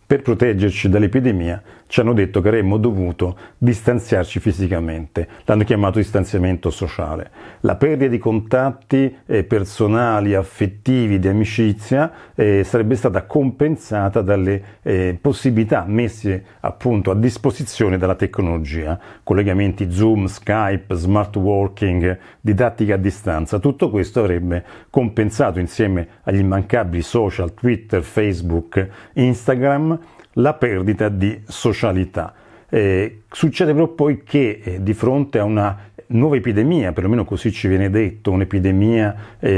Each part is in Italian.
Per proteggerci dall'epidemia ci hanno detto che avremmo dovuto distanziarci fisicamente, l'hanno chiamato distanziamento sociale. La perdita di contatti personali, affettivi, di amicizia sarebbe stata compensata dalle possibilità messe appunto a disposizione dalla tecnologia, collegamenti Zoom, Skype, smart working, didattica a distanza. Tutto questo avrebbe compensato insieme agli immancabili social, Twitter, Facebook, Instagram, la perdita di socialità. Succede però poi che di fronte a una nuova epidemia, perlomeno così ci viene detto, un'epidemia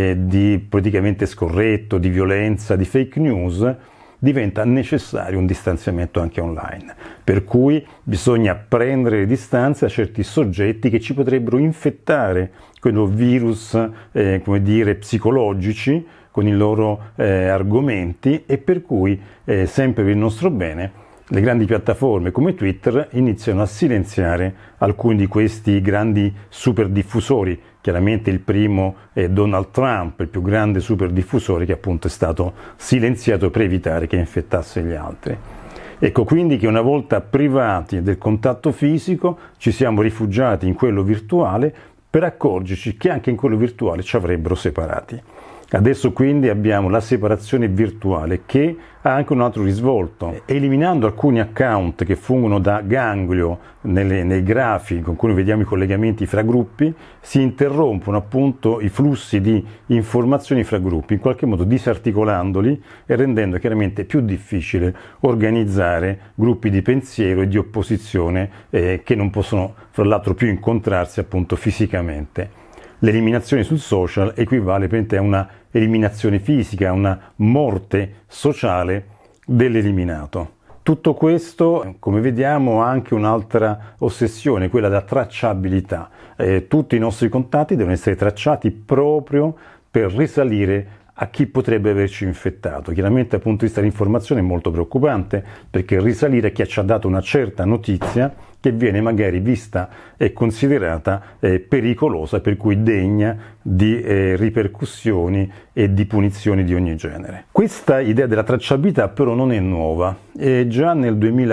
di politicamente scorretto, di violenza, di fake news, diventa necessario un distanziamento anche online, per cui bisogna prendere le distanze da certi soggetti che ci potrebbero infettare con i virus, come dire, psicologici, con i loro argomenti, e per cui, sempre per il nostro bene, le grandi piattaforme come Twitter iniziano a silenziare alcuni di questi grandi super diffusori. Chiaramente il primo è Donald Trump, il più grande super diffusore, che appunto è stato silenziato per evitare che infettasse gli altri. Ecco quindi che una volta privati del contatto fisico ci siamo rifugiati in quello virtuale per accorgerci che anche in quello virtuale ci avrebbero separati. Adesso quindi abbiamo la separazione virtuale che ha anche un altro risvolto. Eliminando alcuni account che fungono da ganglio nei grafi con cui vediamo i collegamenti fra gruppi, si interrompono appunto i flussi di informazioni fra gruppi, in qualche modo disarticolandoli e rendendo chiaramente più difficile organizzare gruppi di pensiero e di opposizione che non possono fra l'altro più incontrarsi appunto fisicamente. L'eliminazione sul social equivale a una eliminazione fisica, a una morte sociale dell'eliminato. Tutto questo, come vediamo, ha anche un'altra ossessione, quella della tracciabilità. Tutti i nostri contatti devono essere tracciati proprio per risalire a chi potrebbe averci infettato. Chiaramente dal punto di vista dell'informazione è molto preoccupante, perché risalire a chi ci ha dato una certa notizia che viene magari vista e considerata pericolosa, per cui degna di ripercussioni e di punizioni di ogni genere. Questa idea della tracciabilità però non è nuova, e già nel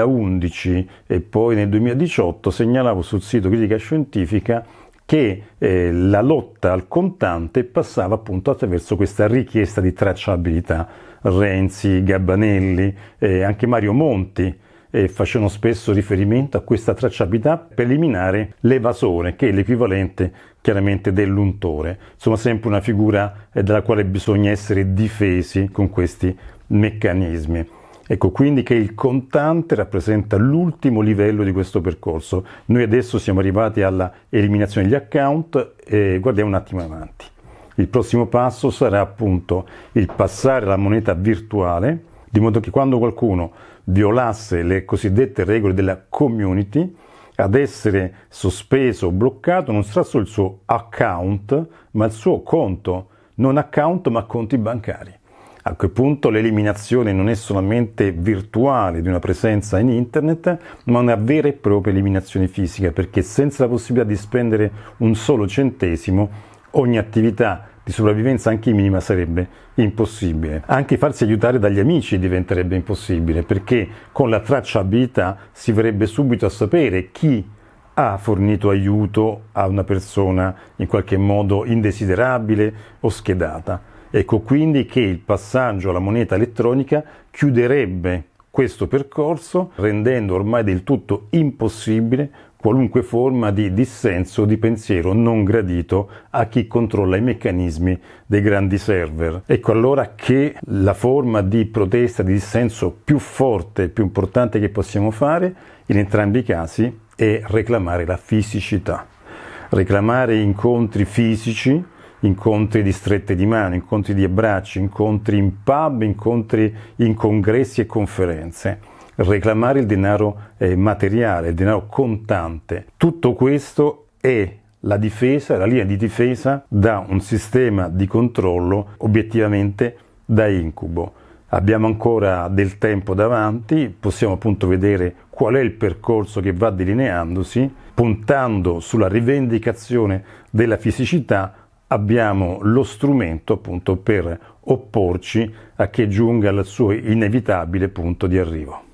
2011 e poi nel 2018 segnalavo sul sito Critica Scientifica che la lotta al contante passava appunto attraverso questa richiesta di tracciabilità. Renzi, Gabbanelli, anche Mario Monti facevano spesso riferimento a questa tracciabilità per eliminare l'evasore, che è l'equivalente chiaramente dell'untore. Insomma, sempre una figura dalla quale bisogna essere difesi con questi meccanismi. Ecco quindi che il contante rappresenta l'ultimo livello di questo percorso. Noi adesso siamo arrivati alla eliminazione degli account e guardiamo un attimo avanti. Il prossimo passo sarà appunto il passare alla moneta virtuale, di modo che quando qualcuno violasse le cosiddette regole della community, ad essere sospeso o bloccato non sarà solo il suo account, ma il suo conto, non account ma conti bancari. A quel punto l'eliminazione non è solamente virtuale di una presenza in internet, ma una vera e propria eliminazione fisica, perché senza la possibilità di spendere un solo centesimo, ogni attività di sopravvivenza anche minima sarebbe impossibile. Anche farsi aiutare dagli amici diventerebbe impossibile, perché con la tracciabilità si verrebbe subito a sapere chi ha fornito aiuto a una persona in qualche modo indesiderabile o schedata. Ecco quindi che il passaggio alla moneta elettronica chiuderebbe questo percorso, rendendo ormai del tutto impossibile qualunque forma di dissenso o di pensiero non gradito a chi controlla i meccanismi dei grandi server. Ecco allora che la forma di protesta, di dissenso più forte e più importante che possiamo fare in entrambi i casi è reclamare la fisicità, reclamare incontri fisici, incontri di strette di mano, incontri di abbracci, incontri in pub, incontri in congressi e conferenze, reclamare il denaro materiale, il denaro contante. Tutto questo è la difesa, la linea di difesa da un sistema di controllo obiettivamente da incubo. Abbiamo ancora del tempo davanti, possiamo appunto vedere qual è il percorso che va delineandosi, puntando sulla rivendicazione della fisicità. Abbiamo lo strumento appunto per opporci a che giunga al suo inevitabile punto di arrivo.